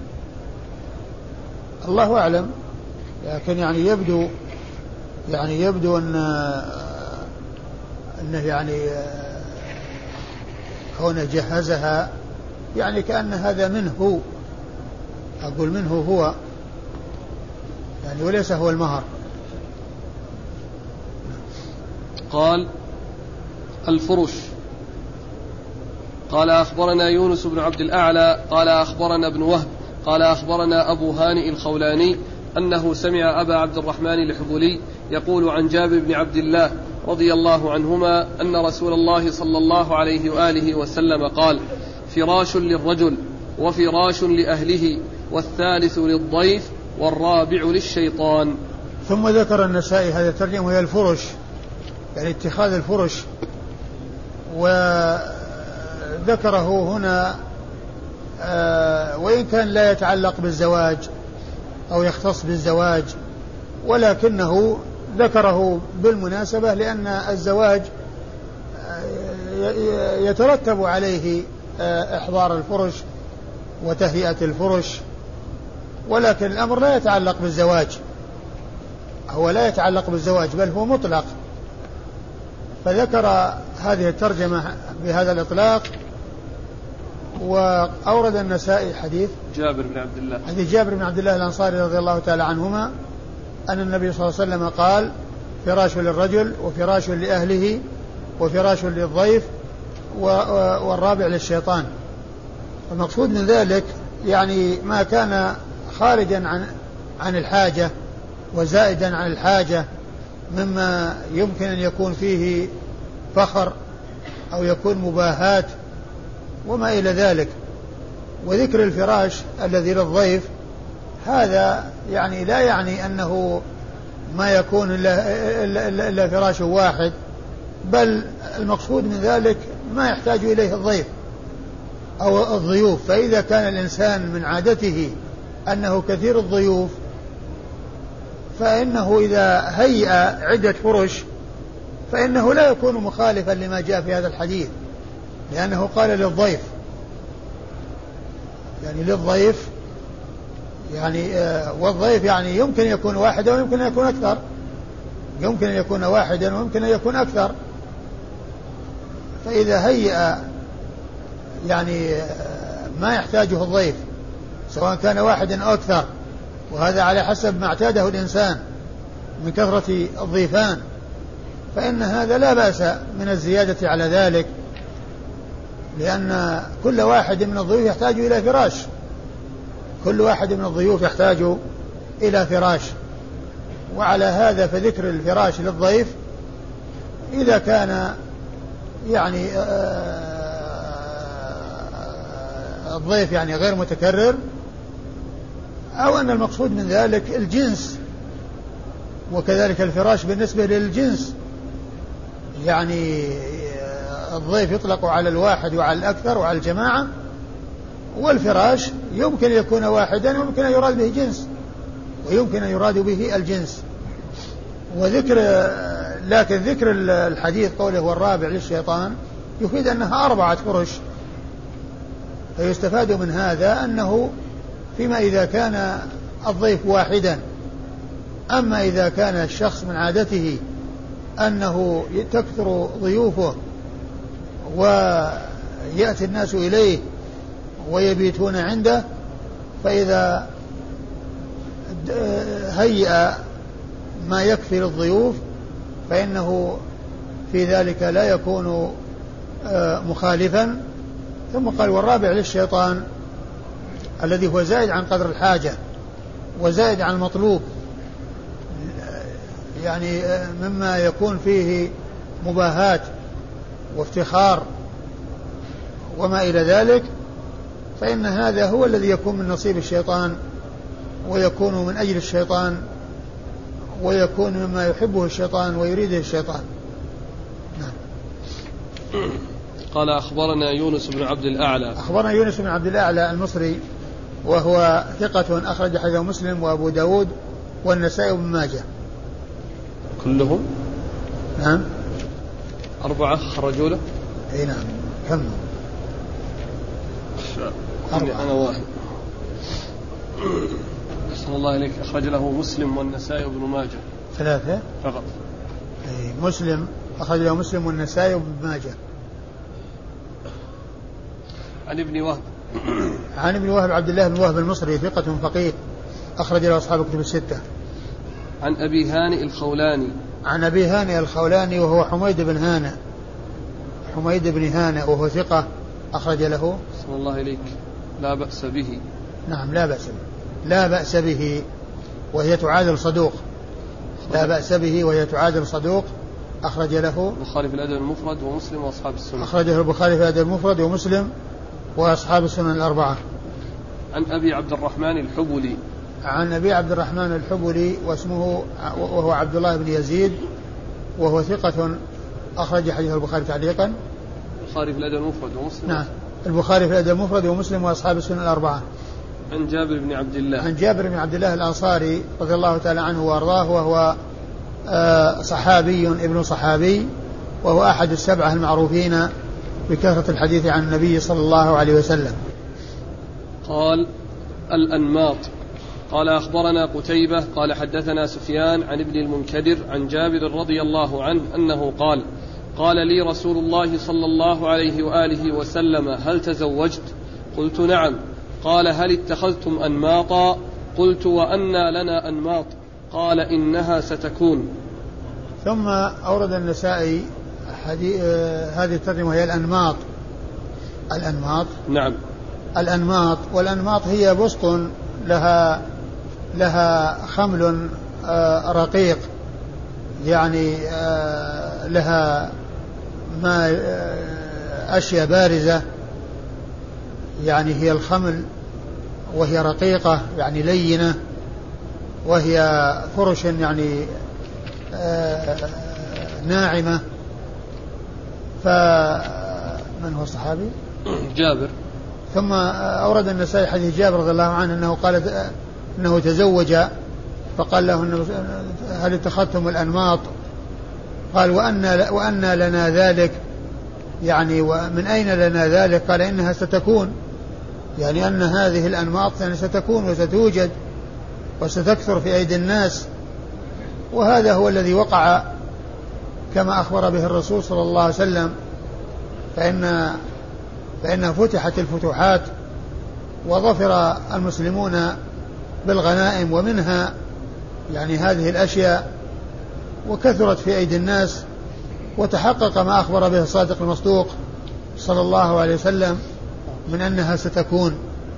الله أعلم، لكن يعني يبدو يعني يبدو أن أنه يعني كونه جهزها يعني كأن هذا منه هو، أقول منه هو يعني وليس هو المهر. قال الفرش. قال أخبرنا يونس بن عبد الأعلى قال أخبرنا ابن وهب قال أخبرنا أبو هانئ الخولاني أنه سمع أبا عبد الرحمن الحبولي يقول عن جابر بن عبد الله رضي الله عنهما أن رسول الله صلى الله عليه وآله وسلم قال فراش للرجل وفراش لأهله والثالث للضيف والرابع للشيطان. ثم ذكر النسائي هذا الترجمة وهي الفرش، يعني اتخاذ الفرش، وذكره هنا آه وإن كان لا يتعلق بالزواج أو يختص بالزواج، ولكنه ذكره بالمناسبة لأن الزواج يترتب عليه إحضار الفرش وتهيئة الفرش، ولكن الأمر لا يتعلق بالزواج، هو لا يتعلق بالزواج بل هو مطلق، فذكر هذه الترجمة بهذا الإطلاق. وأورد النسائي حديث جابر بن عبد الله حديث جابر بن عبد الله الأنصاري رضي الله تعالى عنهما أن النبي صلى الله عليه وسلم قال فراش للرجل وفراش لأهله وفراش للضيف والرابع للشيطان. المقصود من ذلك يعني ما كان خارجا عن عن الحاجة وزائدا عن الحاجة مما يمكن أن يكون فيه فخر أو يكون مباهات وما إلى ذلك. وذكر الفراش الذي للضيف هذا يعني لا يعني أنه ما يكون إلا, إلا, إلا فراش واحد، بل المقصود من ذلك ما يحتاج إليه الضيف أو الضيوف. فإذا كان الإنسان من عادته أنه كثير الضيوف، فإنه إذا هيأ عدة فرش فإنه لا يكون مخالفا لما جاء في هذا الحديث، لأنه قال للضيف، يعني للضيف يعني آه والضيف يعني يمكن يكون واحدا ويمكن أن يكون أكثر، يمكن أن يكون واحدا ويمكن أن يكون أكثر. فإذا هيأ يعني آه ما يحتاجه الضيف سواء كان واحدا أو أكثر، وهذا على حسب ما اعتاده الإنسان من كثرة الضيفان، فإن هذا لا بأس من الزيادة على ذلك، لأن كل واحد من الضيوف يحتاج إلى فراش، كل واحد من الضيوف يحتاج إلى فراش. وعلى هذا فذكر الفراش للضيف إذا كان يعني الضيف يعني غير متكرر، أو أن المقصود من ذلك الجنس، وكذلك الفراش بالنسبة للجنس، يعني الضيف يطلق على الواحد وعلى الأكثر وعلى الجماعة، والفراش يمكن أن يكون واحدا ويمكن أن يراد به جنس، ويمكن أن يراد به الجنس. وذكر لكن ذكر الحديث قوله والرابع للشيطان يفيد أنها أربعة فرش، فيستفاد من هذا أنه فيما إذا كان الضيف واحدا. أما إذا كان الشخص من عادته أنه تكثر ضيوفه ويأتي الناس إليه ويبيتون عنده، فإذا هيأ ما يكفي للضيوف فإنه في ذلك لا يكون مخالفا. ثم قال والرابع للشيطان الذي هو زائد عن قدر الحاجة وزائد عن المطلوب، يعني مما يكون فيه مباهات وافتخار وما إلى ذلك، فإن هذا هو الذي يكون من نصيب الشيطان ويكون من أجل الشيطان ويكون مما يحبه الشيطان ويريده الشيطان. نعم. قال أخبرنا يونس بن عبد الأعلى. أخبرنا يونس بن عبد الأعلى المصري وهو ثقة أخرج حديثه مسلم وأبو داود والنسائي وابن ماجه كلهم. نعم. أربعة خرجوا له. أي نعم. كم؟ أنا واحد. أحسن الله إليك. أخرج له مسلم والنسائي وابن ماجه. ثلاثة فقط. أي مسلم أخرج له مسلم والنسائي وابن ماجه. عن ابن وهب. عن ابن وهب عبد الله بن وهب المصري ثقة فقيه أخرج له أصحاب الكتب الستة. عن أبي هانئ الخولاني. عن أبي هانئ الخولاني وهو حميد بن هانئ حميد بن هانئ وهو ثقة أخرج له. صلى الله إليك. لا بأس به. نعم لا بأس به لا بأس به وهي تعادل صدوق. لا بأس به وهي تعادل صدوق أخرج له البخاري في الأدب المفرد ومسلم وأصحاب السنن. أخرجه البخاري في الأدب المفرد ومسلم وأصحاب السنن الأربعة. عن أبي عبد الرحمن الحبلي. عن أبي عبد الرحمن الحبلي واسمه وهو عبد الله بن يزيد وهو ثقة أخرج حديث البخاري تعليقا. البخاري في الأدب المفرد ومسلم. نعم البخاري في الأدب المفرد ومسلم وأصحاب السنن الأربعة. عن جابر بن عبد الله. عن جابر بن عبد الله الأنصاري رضي الله تعالى عنه وأرضاه وهو صحابي ابن صحابي وهو أحد السبعة المعروفين بكثرة الحديث عن النبي صلى الله عليه وسلم. قال الأنماط. قال أخبرنا قتيبة قال حدثنا سفيان عن ابن المنكدر عن جابر رضي الله عنه أنه قال قال لي رسول الله صلى الله عليه وآله وسلم هل تزوجت؟ قلت نعم. قال هل اتخذتم أنماطا؟ قلت وأنى لنا أنماط؟ قال إنها ستكون. ثم أورد النسائي هذه الترجمة وهي الأنماط. الأنماط نعم. الأنماط والأنماط هي بسط لها لها خمل رقيق، يعني لها ما أشياء بارزة، يعني هي الخمل وهي رقيقة يعني لينة، وهي فرش يعني ناعمة. فمن هو الصحابي؟ جابر. ثم أورد النسائي حديث جابر رضي الله عنه أنه قال أنه تزوج فقال له هل اتخذتم الأنماط؟ قال وأن, وأن لنا ذلك، يعني ومن أين لنا ذلك؟ قال إنها ستكون، يعني أن هذه الأنماط يعني ستكون وستوجد وستكثر في أيدي الناس. وهذا هو الذي وقع كما أخبر به الرسول صلى الله عليه وسلم، فإن فإنها فتحت الفتوحات وظفر المسلمون بالغنائم ومنها يعني هذه الأشياء، وكثرت في أيدي الناس، وتحقق ما أخبر به الصادق المصدوق صلى الله عليه وسلم من أنها ستكون.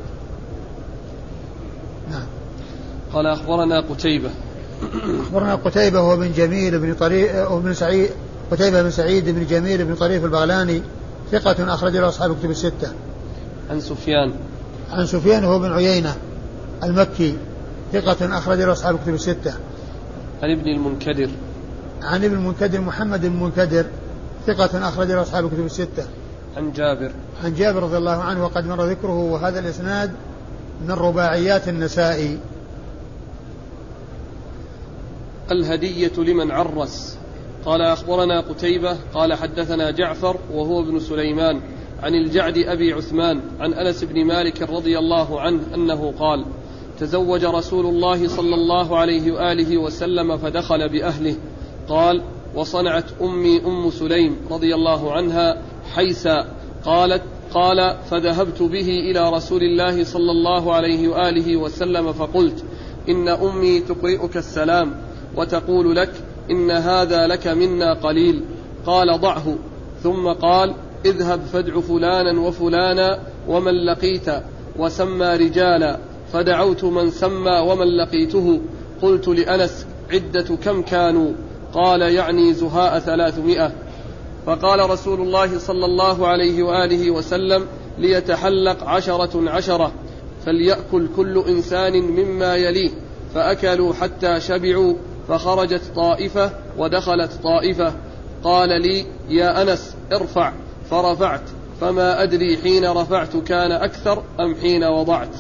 نعم. قال أخبرنا قتيبة أخبرنا قتيبة هو بن جميل بن طريف وبن سعيد قتيبة بن سعيد بن جميل بن طريف البغلاني ثقة أخرج له أصحاب الكتب الستة. عن سفيان عن سفيان هو بن عيينة المكي ثقة أخرج له أصحاب الكتب الستة. عن ابن المنكدر عن ابن المنكدر محمد بن المنكدر ثقة أخرج له أصحاب الكتب الستة. عن جابر عن جابر رضي الله عنه وقد مر ذكره، وهذا الإسناد من رباعيات النسائي. الهدية لمن عرس. قال أخبرنا قتيبة قال حدثنا جعفر وهو ابن سليمان عن الجعد أبي عثمان عن أنس بن مالك رضي الله عنه أنه قال تزوج رسول الله صلى الله عليه وآله وسلم فدخل بأهله. قال وصنعت أمي أم سليم رضي الله عنها حيسا. قالت قال فذهبت به إلى رسول الله صلى الله عليه وآله وسلم فقلت إن أمي تقرئك السلام وتقول لك إن هذا لك منا قليل. قال ضعه. ثم قال اذهب فادع فلانا وفلانا ومن لقيت وسمى رجالا. فدعوت من سمى ومن لقيته. قلت لأنس عدة كم كانوا؟ قال يعني زهاء ثلاثمائة. فقال رسول الله صلى الله عليه وآله وسلم ليتحلق عشرة عشرة فليأكل كل إنسان مما يليه. فأكلوا حتى شبعوا فخرجت طائفة ودخلت طائفة. قال لي يا أنس ارفع، فرفعت، فما أدري حين رفعت كان أكثر أم حين وضعت.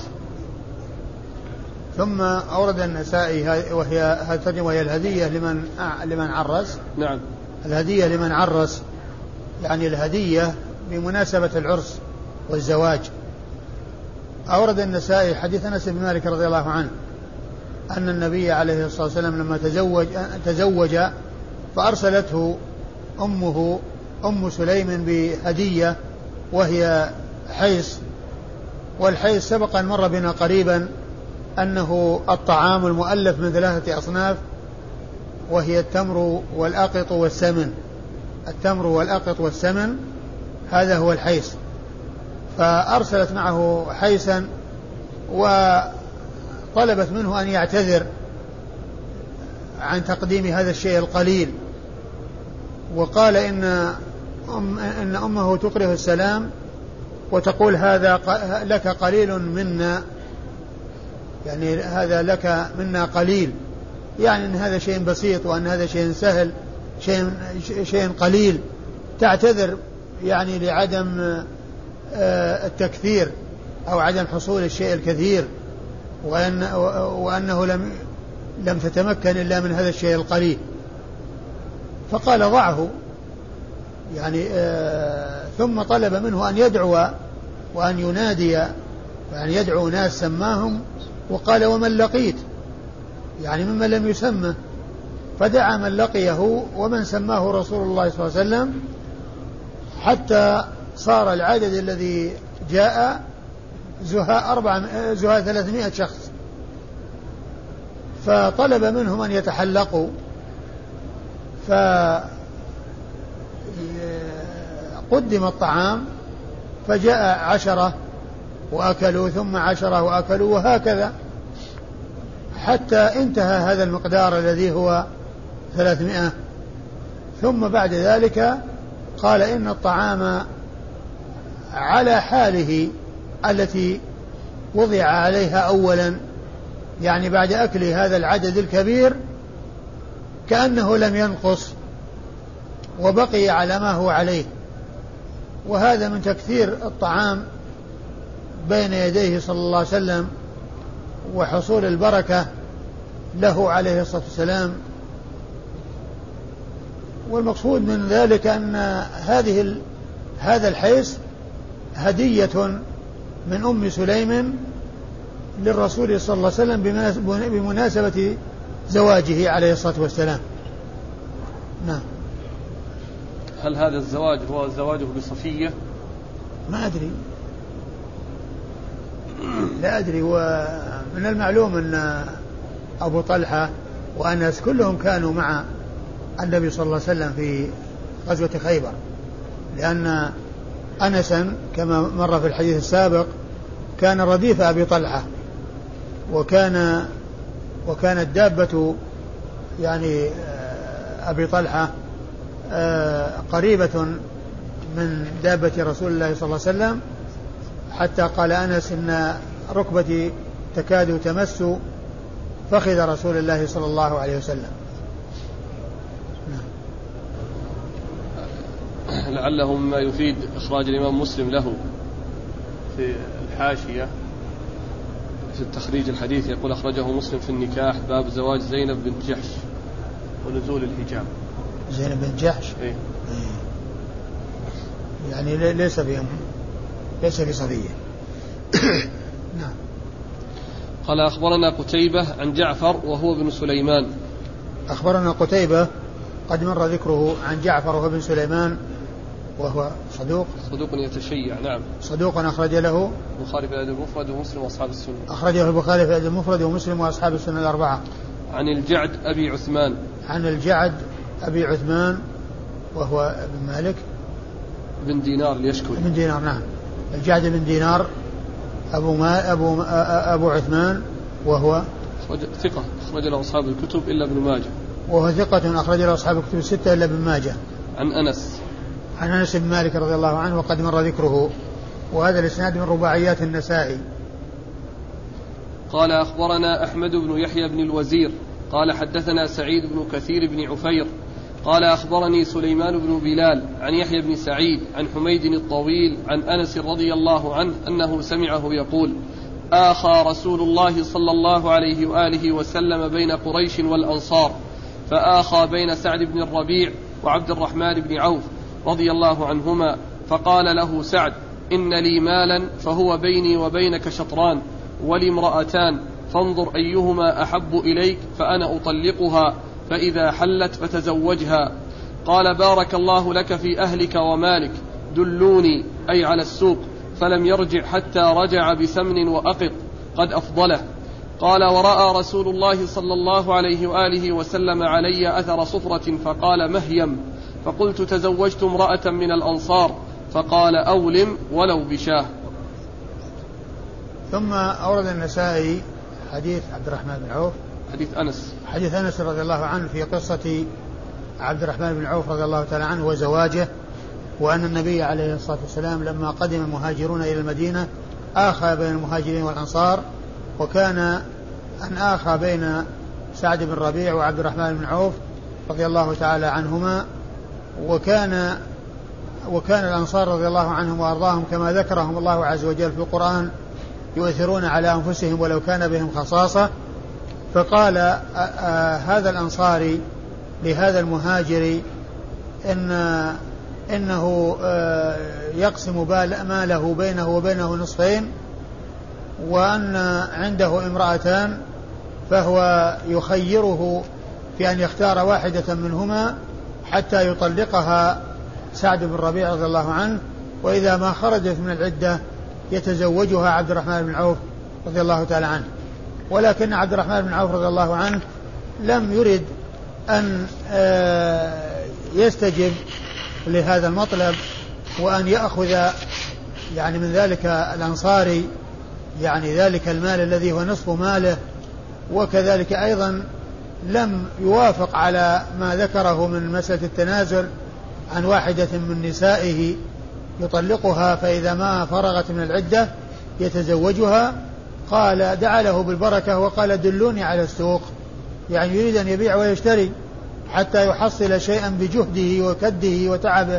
ثم أورد النسائي وهي هذه وهي الهدية لمن لمن عرس. نعم. الهدية لمن عرس يعني الهدية بمناسبة العرس والزواج. أورد النسائي حديث أنس بن مالك رضي الله عنه أن النبي عليه الصلاة والسلام لما تزوج تزوج فأرسلته أمه أم سليم بهدية وهي حيس. والحيس سبق أن مر بنا قريبا أنه الطعام المؤلف من ثلاثة أصناف، وهي التمر والأقط والسمن. التمر والأقط والسمن هذا هو الحيس. فأرسلت معه حيسا وطلبت منه أن يعتذر عن تقديم هذا الشيء القليل، وقال إن, أم إن أمه تقرئه السلام وتقول هذا لك قليل منا، يعني هذا لك منا قليل، يعني أن هذا شيء بسيط وأن هذا شيء سهل، شيء, شيء قليل. تعتذر يعني لعدم التكثير أو عدم حصول الشيء الكثير، وأن وأنه لم لم تتمكن إلا من هذا الشيء القليل. فقال ضعه، يعني ثم طلب منه أن يدعو وأن ينادي، يعني يدعو ناس سماهم، وقال ومن لقيت، يعني ممن لم يسمه. فدعا من لقيه ومن سماه رسول الله صلى الله عليه وسلم حتى صار العدد الذي جاء زهاء أربعة زهاء ثلاثمائة شخص. فطلب منهم أن يتحلقوا، فقدم الطعام فجاء عشرة وأكلوا، ثم عشرة وأكلوا، وهكذا حتى انتهى هذا المقدار الذي هو ثلاثمائة. ثم بعد ذلك قال إن الطعام على حاله التي وضع عليها أولا، يعني بعد أكل هذا العدد الكبير كأنه لم ينقص وبقي على ما هو عليه. وهذا من تكثير الطعام بين يديه صلى الله عليه وسلم وحصول البركة له عليه الصلاة والسلام. والمقصود من ذلك أن هذه هذا الحيث هدية من أم سليم للرسول صلى الله عليه وسلم بمناسبة زواجه عليه الصلاة والسلام. نعم. هل هذا الزواج هو زواجه بصفية؟ ما أدري لا أدري. ومن المعلوم أن أبو طلحة وأنس كلهم كانوا مع النبي صلى الله عليه وسلم في غزوة خيبر، لأن أنسا كما مر في الحديث السابق كان رديف أبي طلحة، وكان وكانت دابة يعني أبي طلحة قريبة من دابة رسول الله صلى الله عليه وسلم، حتى قال أنس إن ركبتي تكاد تمس فخذ رسول الله صلى الله عليه وسلم. لعله مما يفيد إخراج الإمام مسلم له في الحاشية في التخريج الحديث، يقول أخرجه مسلم في النكاح باب زواج زينب بنت جحش ونزول الحجاب. زينب بنت جحش إيه؟ إيه. يعني ليس بهم ليس بصفية. نعم. قال أخبرنا قتيبة عن جعفر وهو ابن سليمان. أخبرنا قتيبة قد مر ذكره عن جعفر وهو ابن سليمان وهو صدوق صدوق يتشيع. نعم. صدوق أخرج له البخاري في الأدب المفرد ومسلم وأصحاب السنة. أخرجه البخاري في الأدب المفرد ومسلم وأصحاب السنة الأربعة. عن الجعد أبي عثمان. عن الجعد أبي عثمان وهو ابن مالك بن دينار اليشكري. بن دينار. نعم. الجعد بن دينار أبو ما أبو أبو عثمان وهو ثقة أخرج له أصحاب الكتب إلا ابن ماجه. وهو ثقة أخرج له أصحاب الكتب الستة إلا ابن ماجه. عن أنس. عن أنس بن مالك رضي الله عنه وقد مر ذكره، وهذا الإسناد من رباعيات النسائي. قال أخبرنا أحمد بن يحيى بن الوزير قال حدثنا سعيد بن كثير بن عفير قال أخبرني سليمان بن بلال عن يحيى بن سعيد عن حميد الطويل عن أنس رضي الله عنه أنه سمعه يقول آخى رسول الله صلى الله عليه وآله وسلم بين قريش والأنصار، فآخى بين سعد بن الربيع وعبد الرحمن بن عوف رضي الله عنهما، فقال له سعد إن لي مالا فهو بيني وبينك شطران ولي امرأتان، فانظر أيهما أحب إليك فأنا أطلقها، فإذا حلت فتزوجها. قال بارك الله لك في أهلك ومالك، دلوني أي على السوق، فلم يرجع حتى رجع بسمن وأقط قد أفضله. قال ورأى رسول الله صلى الله عليه وآله وسلم علي أثر صفرة فقال مهيم، فقلت تزوجت امرأة من الأنصار، فقال أولم ولو بشاه. ثم أورد النسائي حديث عبد الرحمن بن عوف حديث أنس حديث أنس رضي الله عنه في قصة عبد الرحمن بن عوف رضي الله تعالى عنه وزواجه، وأن النبي عليه الصلاة والسلام لما قدم المهاجرون إلى المدينة آخى بين المهاجرين والأنصار، وكان أن آخى بين سعد بن ربيع وعبد الرحمن بن عوف رضي الله تعالى عنهما، وكان وكان الأنصار رضي الله عنهم وأرضاهم كما ذكرهم الله عز وجل في القرآن يؤثرون على أنفسهم ولو كان بهم خصاصة. فقال آآ آآ هذا الأنصاري لهذا المهاجر إن إنه يقسم ماله بينه وبينه نصفين، وأن عنده امرأتان، فهو يخيره في أن يختار واحدة منهما حتى يطلقها سعد بن ربيع رضي الله عنه، وإذا ما خرجت من العدة يتزوجها عبد الرحمن بن عوف رضي الله تعالى عنه. ولكن عبد الرحمن بن عوف رضي الله عنه لم يرد أن يستجب لهذا المطلب وأن يأخذ يعني من ذلك الأنصاري يعني ذلك المال الذي هو نصف ماله، وكذلك أيضا لم يوافق على ما ذكره من مسألة التنازل عن واحدة من نسائه يطلقها فإذا ما فرغت من العدة يتزوجها. قال دعا له بالبركة وقال دلوني على السوق، يعني يريد أن يبيع ويشتري حتى يحصل شيئا بجهده وكده وتعبه،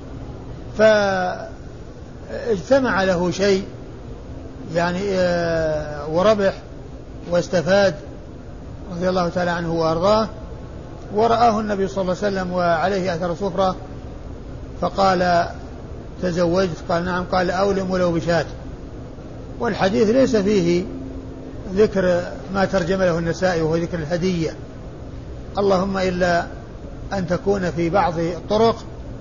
فاجتمع له شيء يعني وربح واستفاد رضي الله تعالى عنه وأرضاه. ورآه النبي صلى الله عليه وسلم وعليه أثر صفرة فقال تزوجت؟ قال نعم. قال أولم ولو بشاة. والحديث ليس فيه ذكر ما ترجم له النسائي وهو ذكر الهدية، اللهم إلا أن تكون في بعض الطرق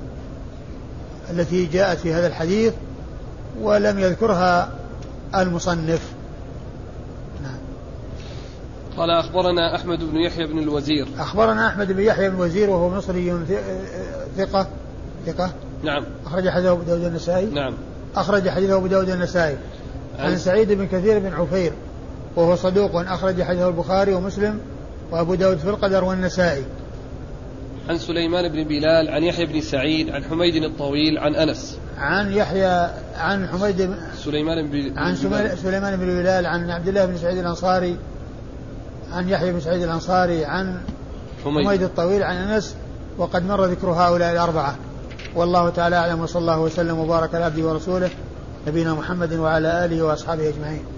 التي جاءت في هذا الحديث ولم يذكرها المصنف. نعم. قال أخبرنا أحمد بن يحيى بن الوزير. أخبرنا أحمد بن يحيى بن الوزير وهو مصري ثقة ثقة نعم. أخرج حديثه أبو داود النسائي. نعم. أخرج حديثه أبو داود النسائي. عن سعيد بن كثير بن عفير وهو صدوق أخرج حديثه البخاري ومسلم وأبو داود في القدر والنسائي. عن سليمان بن بلال عن يحيى بن سعيد عن حميد الطويل عن أنس. عن يحيى عن حميد سليمان بن عن سليمان بن بلال عن عبد الله بن سعيد الأنصاري عن يحيى بن سعيد الأنصاري عن حميد, حميد الطويل عن أنس، وقد مر ذكر هؤلاء الأربعة. والله تعالى أعلم، وصلى الله وسلم وبارك على عبده ورسوله نبينا محمد وعلى آله وأصحابه أجمعين.